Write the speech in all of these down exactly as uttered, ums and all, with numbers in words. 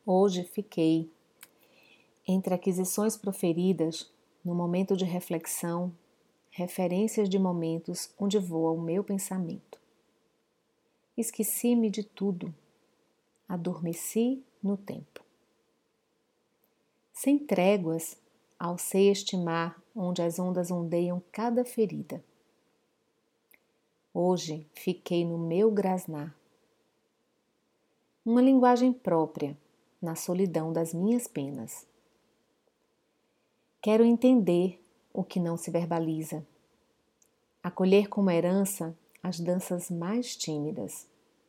Hoje fiquei entre aquisições proferidas no momento de reflexão, referências de momentos onde voa o meu pensamento. Esqueci-me de tudo, adormeci no tempo. Sem tréguas, alcei este mar onde as ondas ondeiam cada ferida. Hoje fiquei no meu grasnar. Uma linguagem própria, na solidão das minhas penas. Quero entender o que não se verbaliza, acolher como herança as danças mais tímidas.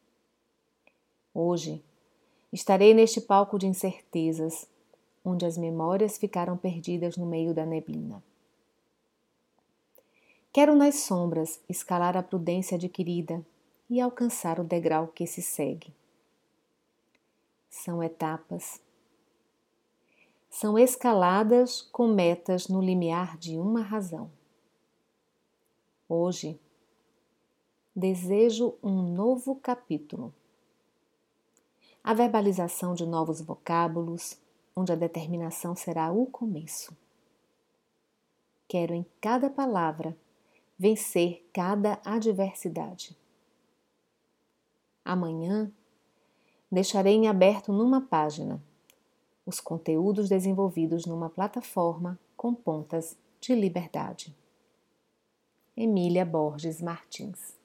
Hoje estarei neste palco de incertezas, onde as memórias ficaram perdidas no meio da neblina. Quero nas sombras escalar a prudência adquirida e alcançar o degrau que se segue. São etapas. São escaladas com metas no limiar de uma razão. Hoje, desejo um novo capítulo. A verbalização de novos vocábulos, onde a determinação será o começo. Quero em cada palavra vencer cada adversidade. Amanhã, deixarei em aberto numa página os conteúdos desenvolvidos numa plataforma com pontas de liberdade. Emília Borges Martins.